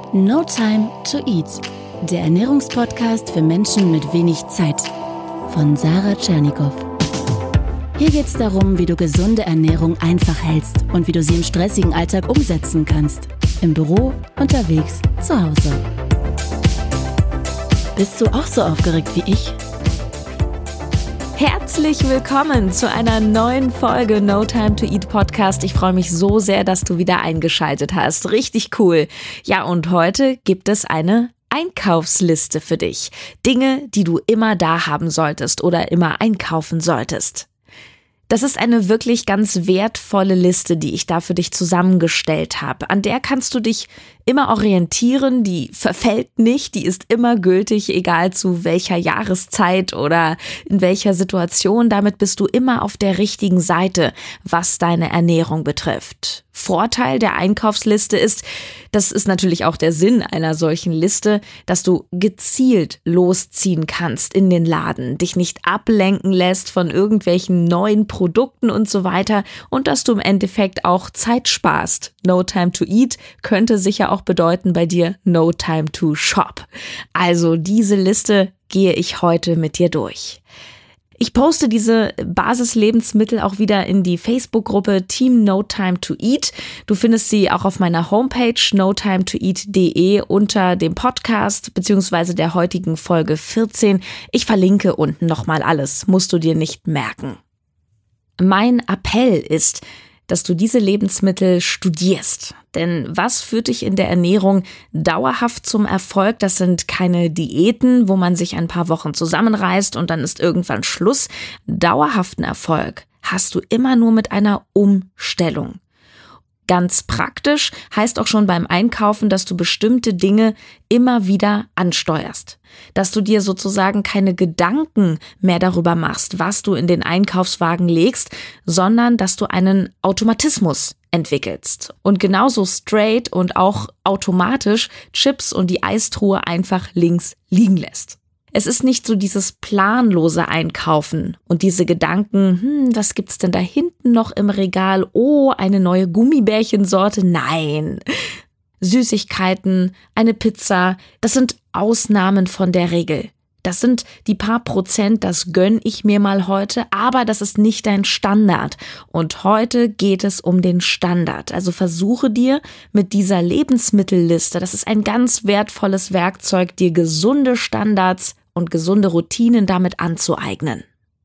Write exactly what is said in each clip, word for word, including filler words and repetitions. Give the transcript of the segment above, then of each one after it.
No Time to Eat, der Ernährungspodcast für Menschen mit wenig Zeit von Sarah Tschernikow. Hier geht es darum, wie du gesunde Ernährung einfach hältst und wie du sie im stressigen Alltag umsetzen kannst. Im Büro, unterwegs, zu Hause. Bist du auch so aufgeregt wie ich? Herzlich willkommen zu einer neuen Folge No Time to Eat Podcast. Ich freue mich so sehr, dass du wieder eingeschaltet hast. Richtig cool. Ja, und heute gibt es eine Einkaufsliste für dich. Dinge, die du immer da haben solltest oder immer einkaufen solltest. Das ist eine wirklich ganz wertvolle Liste, die ich da für dich zusammengestellt habe. An der kannst du dich immer orientieren, die verfällt nicht, die ist immer gültig, egal zu welcher Jahreszeit oder in welcher Situation. Damit bist du immer auf der richtigen Seite, was deine Ernährung betrifft. Vorteil der Einkaufsliste ist, das ist natürlich auch der Sinn einer solchen Liste, dass du gezielt losziehen kannst in den Laden, dich nicht ablenken lässt von irgendwelchen neuen Produkten und so weiter und dass du im Endeffekt auch Zeit sparst. No time to eat könnte sicher auch bedeuten bei dir no time to shop. Also diese Liste gehe ich heute mit dir durch. Ich poste diese Basislebensmittel auch wieder in die Facebook-Gruppe Team No Time to Eat. Du findest sie auch auf meiner Homepage no time to eat punkt de unter dem Podcast bzw. der heutigen Folge vierzehn. Ich verlinke unten nochmal alles, musst du dir nicht merken. Mein Appell ist, dass du diese Lebensmittel studierst. Denn was führt dich in der Ernährung dauerhaft zum Erfolg? Das sind keine Diäten, wo man sich ein paar Wochen zusammenreißt und dann ist irgendwann Schluss. Dauerhaften Erfolg hast du immer nur mit einer Umstellung. Ganz praktisch heißt auch schon beim Einkaufen, dass du bestimmte Dinge immer wieder ansteuerst. Dass du dir sozusagen keine Gedanken mehr darüber machst, was du in den Einkaufswagen legst, sondern dass du einen Automatismus entwickelst. Und genauso straight und auch automatisch Chips und die Eistruhe einfach links liegen lässt. Es ist nicht so dieses planlose Einkaufen und diese Gedanken, hm, was gibt's denn da hinten noch im Regal? Oh, eine neue Gummibärchensorte? Nein. Süßigkeiten, eine Pizza, das sind Ausnahmen von der Regel. Das sind die paar Prozent, das gönn ich mir mal heute, aber das ist nicht dein Standard. Und heute geht es um den Standard. Also versuche dir mit dieser Lebensmittelliste, das ist ein ganz wertvolles Werkzeug, dir gesunde Standards und gesunde Routinen damit anzueignen.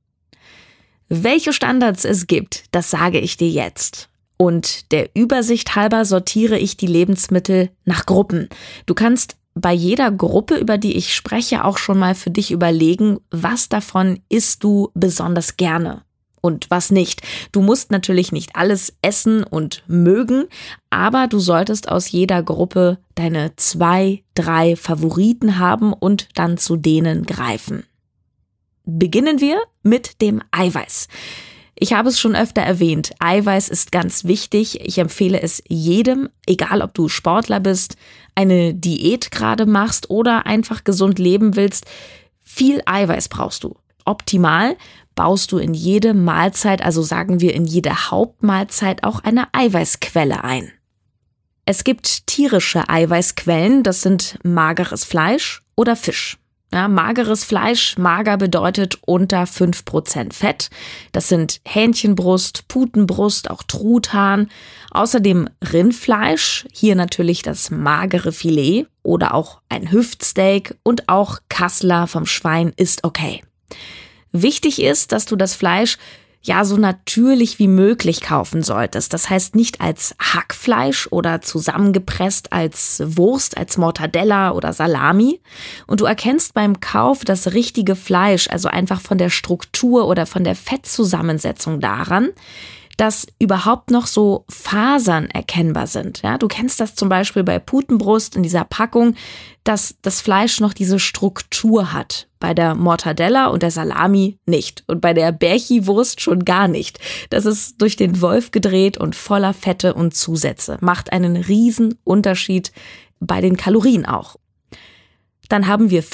Welche Standards es gibt, das sage ich dir jetzt. Und der Übersicht halber sortiere ich die Lebensmittel nach Gruppen. Du kannst bei jeder Gruppe, über die ich spreche, auch schon mal für dich überlegen, was davon isst du besonders gerne und was nicht. Du musst natürlich nicht alles essen und mögen, aber du solltest aus jeder Gruppe deine zwei, drei Favoriten haben und dann zu denen greifen. Beginnen wir mit dem Eiweiß. Ich habe es schon öfter erwähnt, Eiweiß ist ganz wichtig. Ich empfehle es jedem, egal ob du Sportler bist, eine Diät gerade machst oder einfach gesund leben willst. Viel Eiweiß brauchst du. Optimal baust du in jede Mahlzeit, also sagen wir in jede Hauptmahlzeit, auch eine Eiweißquelle ein. Es gibt tierische Eiweißquellen, das sind mageres Fleisch oder Fisch. Ja, mageres Fleisch, mager bedeutet unter fünf Prozent Fett. Das sind Hähnchenbrust, Putenbrust, auch Truthahn. Außerdem Rindfleisch, hier natürlich das magere Filet oder auch ein Hüftsteak und auch Kassler vom Schwein ist okay. Wichtig ist, dass du das Fleisch ja so natürlich wie möglich kaufen solltest. Das heißt nicht als Hackfleisch oder zusammengepresst als Wurst, als Mortadella oder Salami. Und du erkennst beim Kauf das richtige Fleisch, also einfach von der Struktur oder von der Fettzusammensetzung daran, dass überhaupt noch so Fasern erkennbar sind. Ja, du kennst das zum Beispiel bei Putenbrust in dieser Packung, dass das Fleisch noch diese Struktur hat. Bei der Mortadella und der Salami nicht. Und bei der Bärchi-Wurst schon gar nicht. Das ist durch den Wolf gedreht und voller Fette und Zusätze. Macht einen riesen Unterschied bei den Kalorien auch. Dann haben wir Fisch.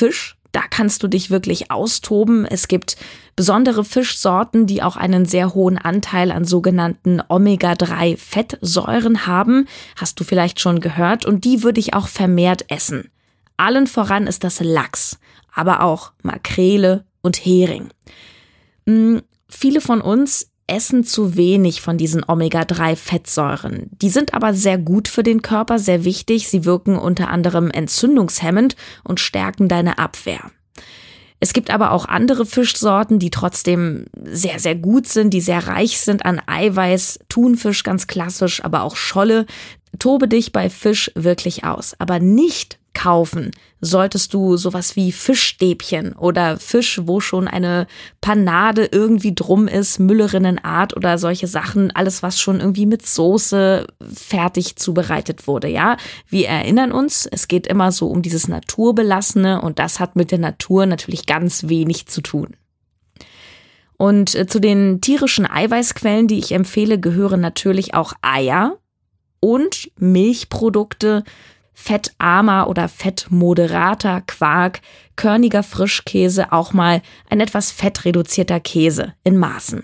Da kannst du dich wirklich austoben. Es gibt besondere Fischsorten, die auch einen sehr hohen Anteil an sogenannten Omega drei Fettsäuren haben. Hast du vielleicht schon gehört. Und die würde ich auch vermehrt essen. Allen voran ist das Lachs, aber auch Makrele und Hering. Hm, viele von uns essen zu wenig von diesen Omega drei Fettsäuren. Die sind aber sehr gut für den Körper, sehr wichtig. Sie wirken unter anderem entzündungshemmend und stärken deine Abwehr. Es gibt aber auch andere Fischsorten, die trotzdem sehr, sehr gut sind, die sehr reich sind an Eiweiß. Thunfisch ganz klassisch, aber auch Scholle. Tobe dich bei Fisch wirklich aus, aber nicht kaufen solltest du sowas wie Fischstäbchen oder Fisch, wo schon eine Panade irgendwie drum ist, Müllerinnenart oder solche Sachen, alles was schon irgendwie mit Soße fertig zubereitet wurde, ja. Wir erinnern uns, es geht immer so um dieses Naturbelassene und das hat mit der Natur natürlich ganz wenig zu tun. Und zu den tierischen Eiweißquellen, die ich empfehle, gehören natürlich auch Eier und Milchprodukte, fettarmer oder fettmoderater Quark, körniger Frischkäse, auch mal ein etwas fettreduzierter Käse in Maßen.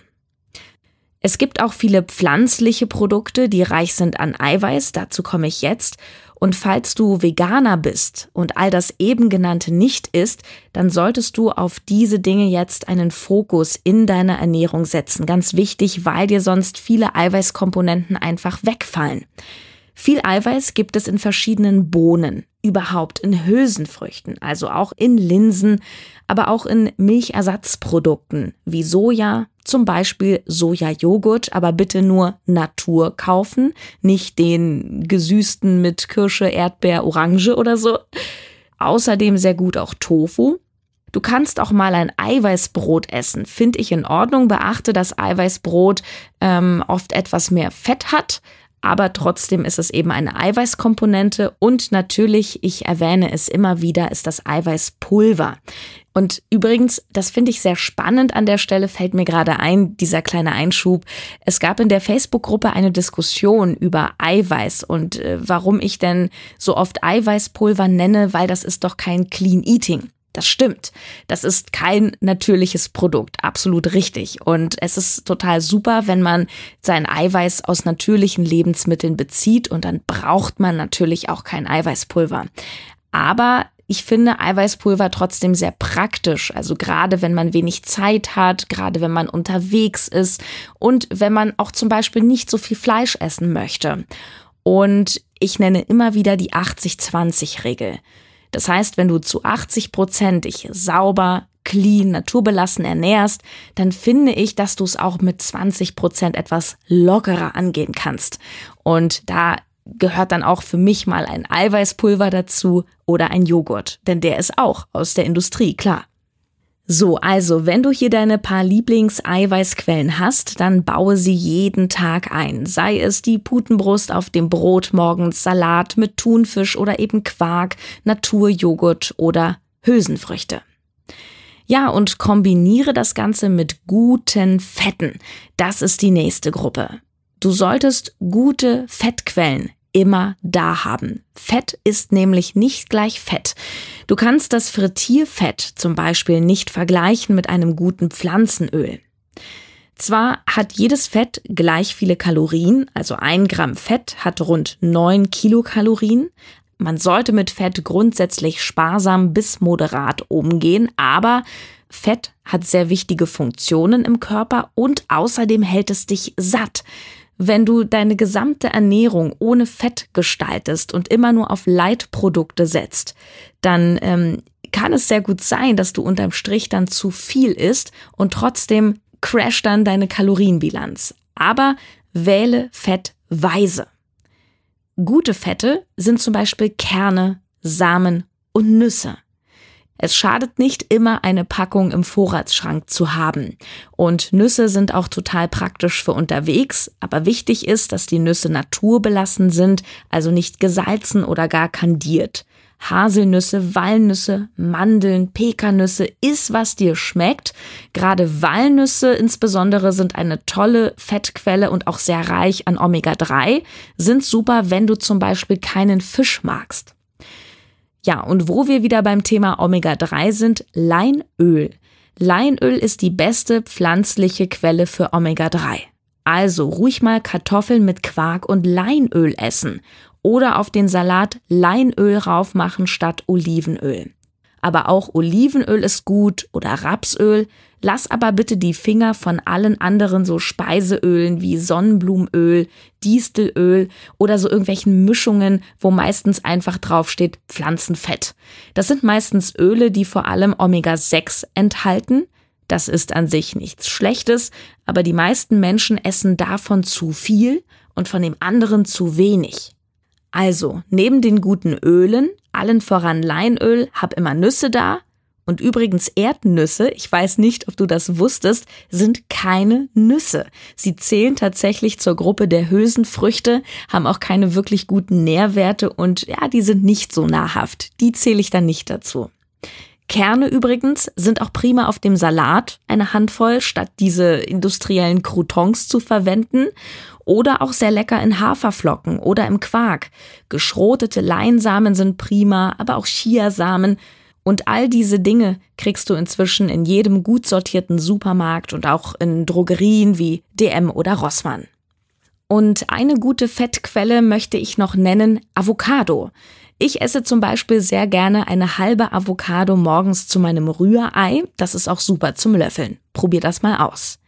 Es gibt auch viele pflanzliche Produkte, die reich sind an Eiweiß, dazu komme ich jetzt. Und falls du Veganer bist und all das eben genannte nicht isst, dann solltest du auf diese Dinge jetzt einen Fokus in deiner Ernährung setzen. Ganz wichtig, weil dir sonst viele Eiweißkomponenten einfach wegfallen. Viel Eiweiß gibt es in verschiedenen Bohnen, überhaupt in Hülsenfrüchten, also auch in Linsen, aber auch in Milchersatzprodukten wie Soja, zum Beispiel Sojajoghurt, aber bitte nur Natur kaufen, nicht den gesüßten mit Kirsche, Erdbeer, Orange oder so. Außerdem sehr gut auch Tofu. Du kannst auch mal ein Eiweißbrot essen, finde ich in Ordnung. Beachte, dass Eiweißbrot ähm, oft etwas mehr Fett hat, aber trotzdem ist es eben eine Eiweißkomponente und natürlich, ich erwähne es immer wieder, ist das Eiweißpulver. Und übrigens, das finde ich sehr spannend an der Stelle, fällt mir gerade ein, dieser kleine Einschub. Es gab in der Facebook-Gruppe eine Diskussion über Eiweiß und äh, warum ich denn so oft Eiweißpulver nenne, weil das ist doch kein Clean Eating. Das stimmt. Das ist kein natürliches Produkt. Absolut richtig. Und es ist total super, wenn man sein Eiweiß aus natürlichen Lebensmitteln bezieht und dann braucht man natürlich auch kein Eiweißpulver. Aber ich finde Eiweißpulver trotzdem sehr praktisch. Also gerade wenn man wenig Zeit hat, gerade wenn man unterwegs ist und wenn man auch zum Beispiel nicht so viel Fleisch essen möchte. Und ich nenne immer wieder die achtzig zwanzig Regel. Das heißt, wenn du zu achtzig Prozent dich sauber, clean, naturbelassen ernährst, dann finde ich, dass du es auch mit zwanzig Prozent etwas lockerer angehen kannst. Und da gehört dann auch für mich mal ein Eiweißpulver dazu oder ein Joghurt, denn der ist auch aus der Industrie, klar. So, also, wenn du hier deine paar Lieblings-Eiweißquellen hast, dann baue sie jeden Tag ein. Sei es die Putenbrust auf dem Brot morgens, Salat mit Thunfisch oder eben Quark, Naturjoghurt oder Hülsenfrüchte. Ja, und kombiniere das Ganze mit guten Fetten. Das ist die nächste Gruppe. Du solltest gute Fettquellen immer da haben. Fett ist nämlich nicht gleich Fett. Du kannst das Frittierfett zum Beispiel nicht vergleichen mit einem guten Pflanzenöl. Zwar hat jedes Fett gleich viele Kalorien, also ein Gramm Fett hat rund neun Kilokalorien. Man sollte mit Fett grundsätzlich sparsam bis moderat umgehen, aber Fett hat sehr wichtige Funktionen im Körper und außerdem hält es dich satt. Wenn du deine gesamte Ernährung ohne Fett gestaltest und immer nur auf Leitprodukte setzt, dann ähm, kann es sehr gut sein, dass du unterm Strich dann zu viel isst und trotzdem crasht dann deine Kalorienbilanz. Aber wähle Fett weise. Gute Fette sind zum Beispiel Kerne, Samen und Nüsse. Es schadet nicht, immer eine Packung im Vorratsschrank zu haben. Und Nüsse sind auch total praktisch für unterwegs, aber wichtig ist, dass die Nüsse naturbelassen sind, also nicht gesalzen oder gar kandiert. Haselnüsse, Walnüsse, Mandeln, Pekannüsse, iss was dir schmeckt. Gerade Walnüsse insbesondere sind eine tolle Fettquelle und auch sehr reich an Omega drei, sind super, wenn du zum Beispiel keinen Fisch magst. Ja, und wo wir wieder beim Thema Omega drei sind, Leinöl. Leinöl ist die beste pflanzliche Quelle für Omega drei. Also ruhig mal Kartoffeln mit Quark und Leinöl essen oder auf den Salat Leinöl raufmachen statt Olivenöl. Aber auch Olivenöl ist gut oder Rapsöl. Lass aber bitte die Finger von allen anderen so Speiseölen wie Sonnenblumenöl, Distelöl oder so irgendwelchen Mischungen, wo meistens einfach draufsteht Pflanzenfett. Das sind meistens Öle, die vor allem Omega sechs enthalten. Das ist an sich nichts Schlechtes, aber die meisten Menschen essen davon zu viel und von dem anderen zu wenig. Also, neben den guten Ölen, allen voran Leinöl, hab immer Nüsse da. Und übrigens Erdnüsse, ich weiß nicht, ob du das wusstest, sind keine Nüsse. Sie zählen tatsächlich zur Gruppe der Hülsenfrüchte, haben auch keine wirklich guten Nährwerte und ja, die sind nicht so nahrhaft. Die zähle ich dann nicht dazu. Kerne übrigens sind auch prima auf dem Salat, eine Handvoll, statt diese industriellen Croutons zu verwenden. Oder auch sehr lecker in Haferflocken oder im Quark. Geschrotete Leinsamen sind prima, aber auch Chiasamen. Und all diese Dinge kriegst du inzwischen in jedem gut sortierten Supermarkt und auch in Drogerien wie D M oder Rossmann. Und eine gute Fettquelle möchte ich noch nennen, Avocado. Ich esse zum Beispiel sehr gerne eine halbe Avocado morgens zu meinem Rührei. Das ist auch super zum Löffeln. Probier das mal aus.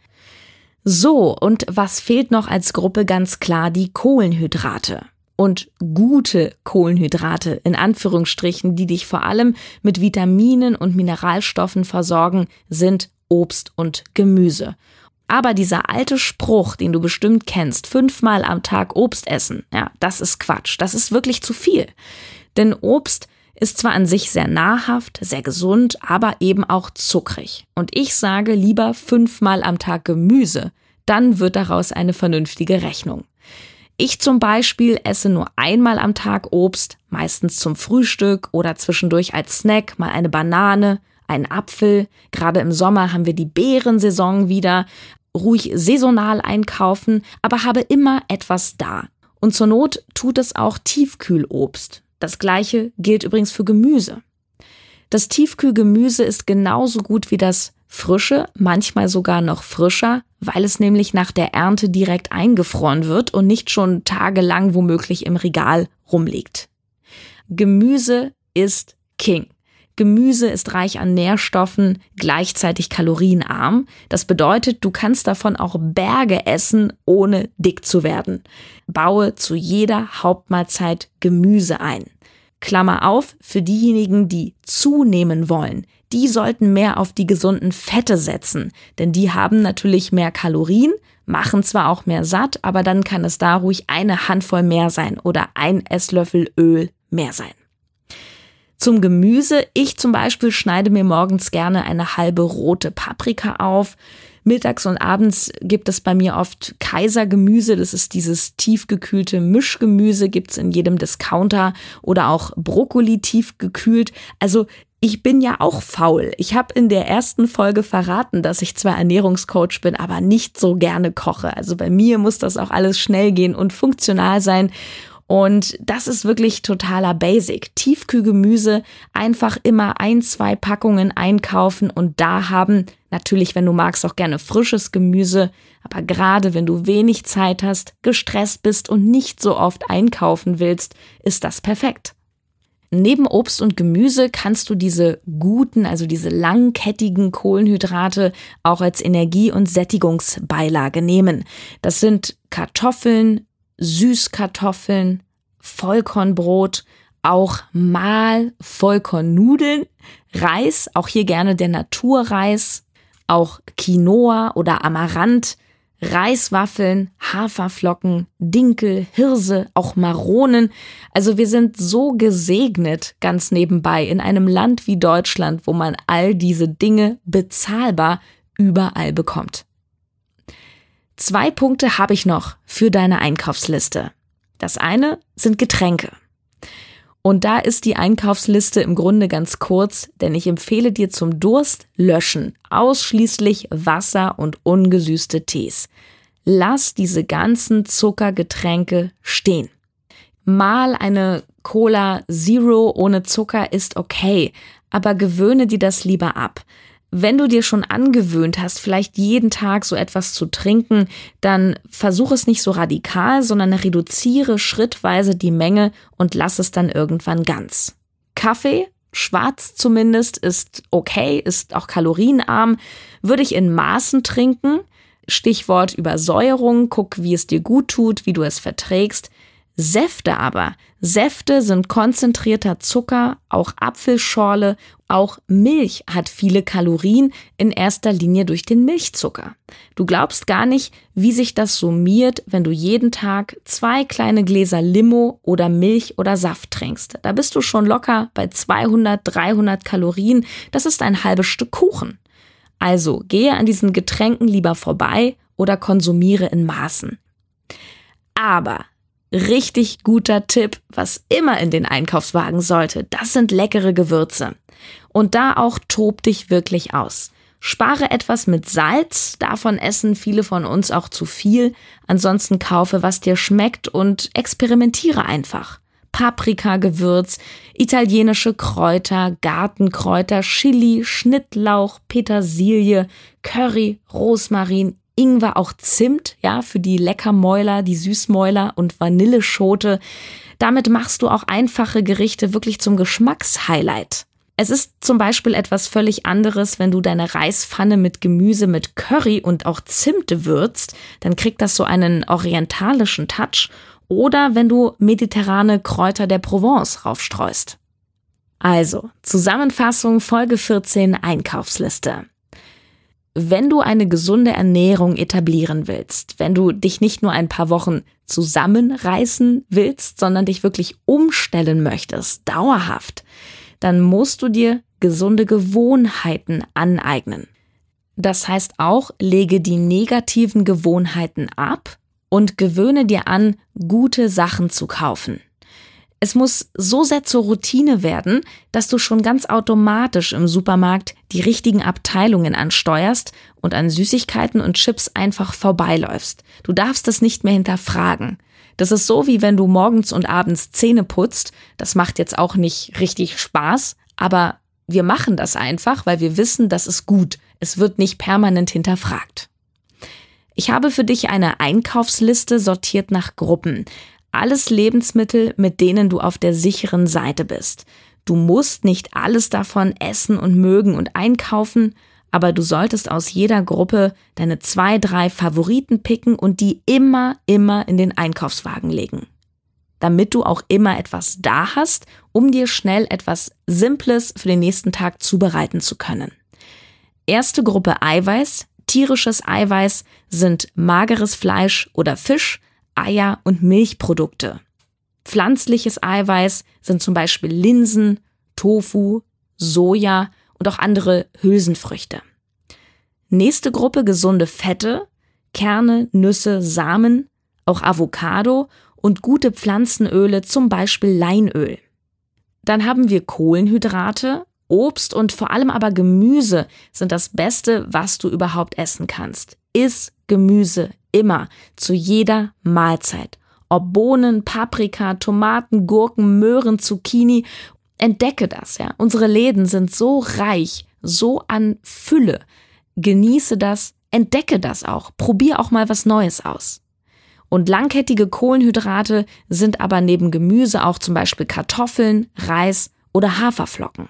So, und was fehlt noch als Gruppe? Ganz klar die Kohlenhydrate. Und gute Kohlenhydrate, in Anführungsstrichen, die dich vor allem mit Vitaminen und Mineralstoffen versorgen, sind Obst und Gemüse. Aber dieser alte Spruch, den du bestimmt kennst, fünfmal am Tag Obst essen, ja, das ist Quatsch. Das ist wirklich zu viel. Denn Obst ist zwar an sich sehr nahrhaft, sehr gesund, aber eben auch zuckrig. Und ich sage lieber fünfmal am Tag Gemüse, dann wird daraus eine vernünftige Rechnung. Ich zum Beispiel esse nur einmal am Tag Obst, meistens zum Frühstück oder zwischendurch als Snack, mal eine Banane, einen Apfel. Gerade im Sommer haben wir die Beerensaison wieder. Ruhig saisonal einkaufen, aber habe immer etwas da. Und zur Not tut es auch Tiefkühlobst. Das Gleiche gilt übrigens für Gemüse. Das Tiefkühlgemüse ist genauso gut wie das frische, manchmal sogar noch frischer, weil es nämlich nach der Ernte direkt eingefroren wird und nicht schon tagelang womöglich im Regal rumliegt. Gemüse ist King. Gemüse ist reich an Nährstoffen, gleichzeitig kalorienarm. Das bedeutet, du kannst davon auch Berge essen, ohne dick zu werden. Baue zu jeder Hauptmahlzeit Gemüse ein. Klammer auf, für diejenigen, die zunehmen wollen, die sollten mehr auf die gesunden Fette setzen, denn die haben natürlich mehr Kalorien, machen zwar auch mehr satt, aber dann kann es da ruhig eine Handvoll mehr sein oder ein Esslöffel Öl mehr sein. Zum Gemüse, ich zum Beispiel schneide mir morgens gerne eine halbe rote Paprika auf. Mittags und abends gibt es bei mir oft Kaisergemüse, das ist dieses tiefgekühlte Mischgemüse, gibt's in jedem Discounter oder auch Brokkoli tiefgekühlt. Also ich bin ja auch faul. Ich habe in der ersten Folge verraten, dass ich zwar Ernährungscoach bin, aber nicht so gerne koche. Also bei mir muss das auch alles schnell gehen und funktional sein. Und das ist wirklich totaler Basic. Tiefkühlgemüse, einfach immer ein, zwei Packungen einkaufen und da haben, natürlich, wenn du magst, auch gerne frisches Gemüse, aber gerade wenn du wenig Zeit hast, gestresst bist und nicht so oft einkaufen willst, ist das perfekt. Neben Obst und Gemüse kannst du diese guten, also diese langkettigen Kohlenhydrate auch als Energie- und Sättigungsbeilage nehmen. Das sind Kartoffeln, Süßkartoffeln, Vollkornbrot, auch mal Vollkornnudeln, Reis, auch hier gerne der Naturreis, auch Quinoa oder Amaranth, Reiswaffeln, Haferflocken, Dinkel, Hirse, auch Maronen. Also wir sind so gesegnet, ganz nebenbei, in einem Land wie Deutschland, wo man all diese Dinge bezahlbar überall bekommt. Zwei Punkte habe ich noch für deine Einkaufsliste. Das eine sind Getränke. Und da ist die Einkaufsliste im Grunde ganz kurz, denn ich empfehle dir zum Durst löschen ausschließlich Wasser und ungesüßte Tees. Lass diese ganzen Zuckergetränke stehen. Mal eine Cola Zero ohne Zucker ist okay, aber gewöhne dir das lieber ab. Wenn du dir schon angewöhnt hast, vielleicht jeden Tag so etwas zu trinken, dann versuch es nicht so radikal, sondern reduziere schrittweise die Menge und lass es dann irgendwann ganz. Kaffee, schwarz zumindest, ist okay, ist auch kalorienarm, würde ich in Maßen trinken. Stichwort Übersäuerung, guck, wie es dir gut tut, wie du es verträgst. Säfte aber, Säfte sind konzentrierter Zucker, auch Apfelschorle, auch Milch hat viele Kalorien, in erster Linie durch den Milchzucker. Du glaubst gar nicht, wie sich das summiert, wenn du jeden Tag zwei kleine Gläser Limo oder Milch oder Saft trinkst. Da bist du schon locker bei zweihundert, dreihundert Kalorien, das ist ein halbes Stück Kuchen. Also gehe an diesen Getränken lieber vorbei oder konsumiere in Maßen. Aber richtig guter Tipp, was immer in den Einkaufswagen sollte, das sind leckere Gewürze. Und da auch tob dich wirklich aus. Spare etwas mit Salz, davon essen viele von uns auch zu viel. Ansonsten kaufe, was dir schmeckt und experimentiere einfach. Paprikagewürz, italienische Kräuter, Gartenkräuter, Chili, Schnittlauch, Petersilie, Curry, Rosmarin, Ingwer, auch Zimt, ja, für die Leckermäuler, die Süßmäuler und Vanilleschote. Damit machst du auch einfache Gerichte wirklich zum Geschmackshighlight. Es ist zum Beispiel etwas völlig anderes, wenn du deine Reispfanne mit Gemüse mit Curry und auch Zimt würzt, dann kriegt das so einen orientalischen Touch. Oder wenn du mediterrane Kräuter der Provence raufstreust. Also, Zusammenfassung Folge vierzehn Einkaufsliste. Wenn du eine gesunde Ernährung etablieren willst, wenn du dich nicht nur ein paar Wochen zusammenreißen willst, sondern dich wirklich umstellen möchtest, dauerhaft, dann musst du dir gesunde Gewohnheiten aneignen. Das heißt auch, lege die negativen Gewohnheiten ab und gewöhne dir an, gute Sachen zu kaufen. Es muss so sehr zur Routine werden, dass du schon ganz automatisch im Supermarkt die richtigen Abteilungen ansteuerst und an Süßigkeiten und Chips einfach vorbeiläufst. Du darfst es nicht mehr hinterfragen. Das ist so, wie wenn du morgens und abends Zähne putzt. Das macht jetzt auch nicht richtig Spaß, aber wir machen das einfach, weil wir wissen, das ist gut. Es wird nicht permanent hinterfragt. Ich habe für dich eine Einkaufsliste sortiert nach Gruppen. Alles Lebensmittel, mit denen du auf der sicheren Seite bist. Du musst nicht alles davon essen und mögen und einkaufen, aber du solltest aus jeder Gruppe deine zwei, drei Favoriten picken und die immer, immer in den Einkaufswagen legen. Damit du auch immer etwas da hast, um dir schnell etwas Simples für den nächsten Tag zubereiten zu können. Erste Gruppe Eiweiß. Tierisches Eiweiß sind mageres Fleisch oder Fisch, Eier und Milchprodukte. Pflanzliches Eiweiß sind zum Beispiel Linsen, Tofu, Soja und auch andere Hülsenfrüchte. Nächste Gruppe gesunde Fette, Kerne, Nüsse, Samen, auch Avocado und gute Pflanzenöle, zum Beispiel Leinöl. Dann haben wir Kohlenhydrate. Obst und vor allem aber Gemüse sind das Beste, was du überhaupt essen kannst. Iss Gemüse immer, zu jeder Mahlzeit. Ob Bohnen, Paprika, Tomaten, Gurken, Möhren, Zucchini, entdecke das, ja. Unsere Läden sind so reich, so an Fülle. Genieße das, entdecke das auch. Probier auch mal was Neues aus. Und langkettige Kohlenhydrate sind aber neben Gemüse auch zum Beispiel Kartoffeln, Reis oder Haferflocken.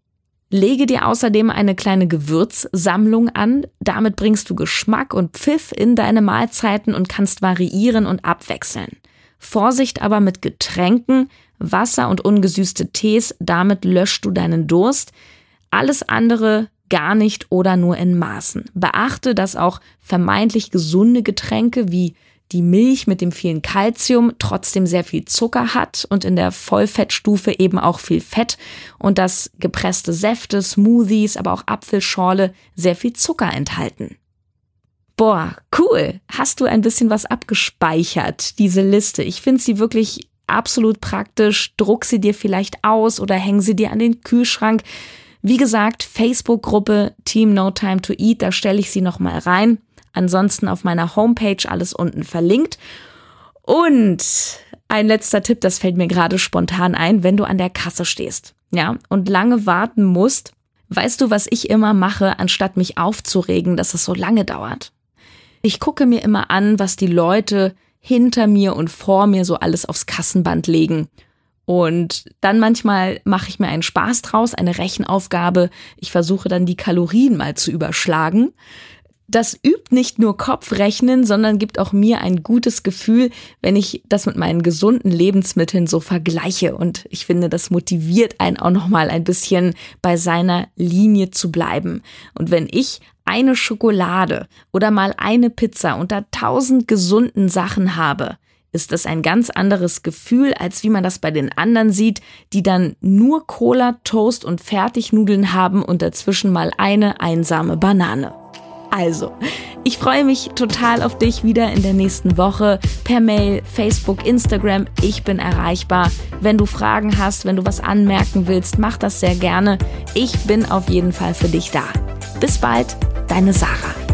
Lege dir außerdem eine kleine Gewürzsammlung an. Damit bringst du Geschmack und Pfiff in deine Mahlzeiten und kannst variieren und abwechseln. Vorsicht aber mit Getränken, Wasser und ungesüßte Tees, damit löscht du deinen Durst. Alles andere gar nicht oder nur in Maßen. Beachte, dass auch vermeintlich gesunde Getränke wie die Milch mit dem vielen Kalzium trotzdem sehr viel Zucker hat und in der Vollfettstufe eben auch viel Fett und dass gepresste Säfte, Smoothies, aber auch Apfelschorle sehr viel Zucker enthalten. Boah, cool. Hast du ein bisschen was abgespeichert, diese Liste? Ich finde sie wirklich absolut praktisch. Druck sie dir vielleicht aus oder häng sie dir an den Kühlschrank. Wie gesagt, Facebook-Gruppe Team No Time to Eat, da stelle ich sie nochmal rein. Ansonsten auf meiner Homepage alles unten verlinkt. Und Ein letzter Tipp, das fällt mir gerade spontan ein, wenn du an der Kasse stehst, ja, und lange warten musst. Weißt du, was ich immer mache, anstatt mich aufzuregen, dass es so lange dauert? Ich gucke mir immer an, was die Leute hinter mir und vor mir so alles aufs Kassenband legen. Und dann manchmal mache ich mir einen Spaß draus, eine Rechenaufgabe. Ich versuche dann die Kalorien mal zu überschlagen. Das übt nicht nur Kopfrechnen, sondern gibt auch mir ein gutes Gefühl, wenn ich das mit meinen gesunden Lebensmitteln so vergleiche. Und ich finde, das motiviert einen auch nochmal ein bisschen bei seiner Linie zu bleiben. Und wenn ich eine Schokolade oder mal eine Pizza unter tausend gesunden Sachen habe, ist das ein ganz anderes Gefühl, als wie man das bei den anderen sieht, die dann nur Cola, Toast und Fertignudeln haben und dazwischen mal eine einsame Banane. Also, ich freue mich total auf dich wieder in der nächsten Woche per Mail, Facebook, Instagram. Ich bin erreichbar. Wenn du Fragen hast, wenn du was anmerken willst, mach das sehr gerne. Ich bin auf jeden Fall für dich da. Bis bald, deine Sarah.